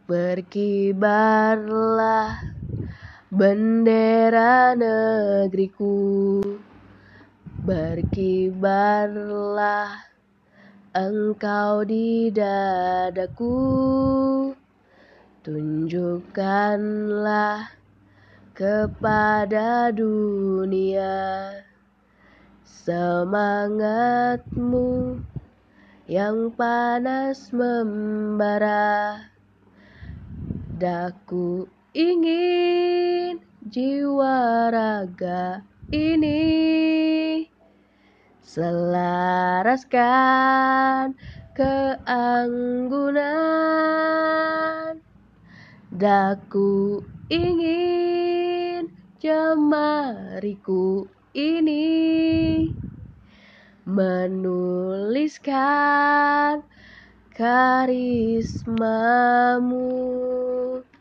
Berkibarlah bendera negeriku, berkibarlah engkau di dadaku. Tunjukkanlah kepada dunia semangatmu yang panas membara. Daku ingin jiwa raga ini selaraskan keanggunan. Daku ingin jemariku ini menuliskan karismamu.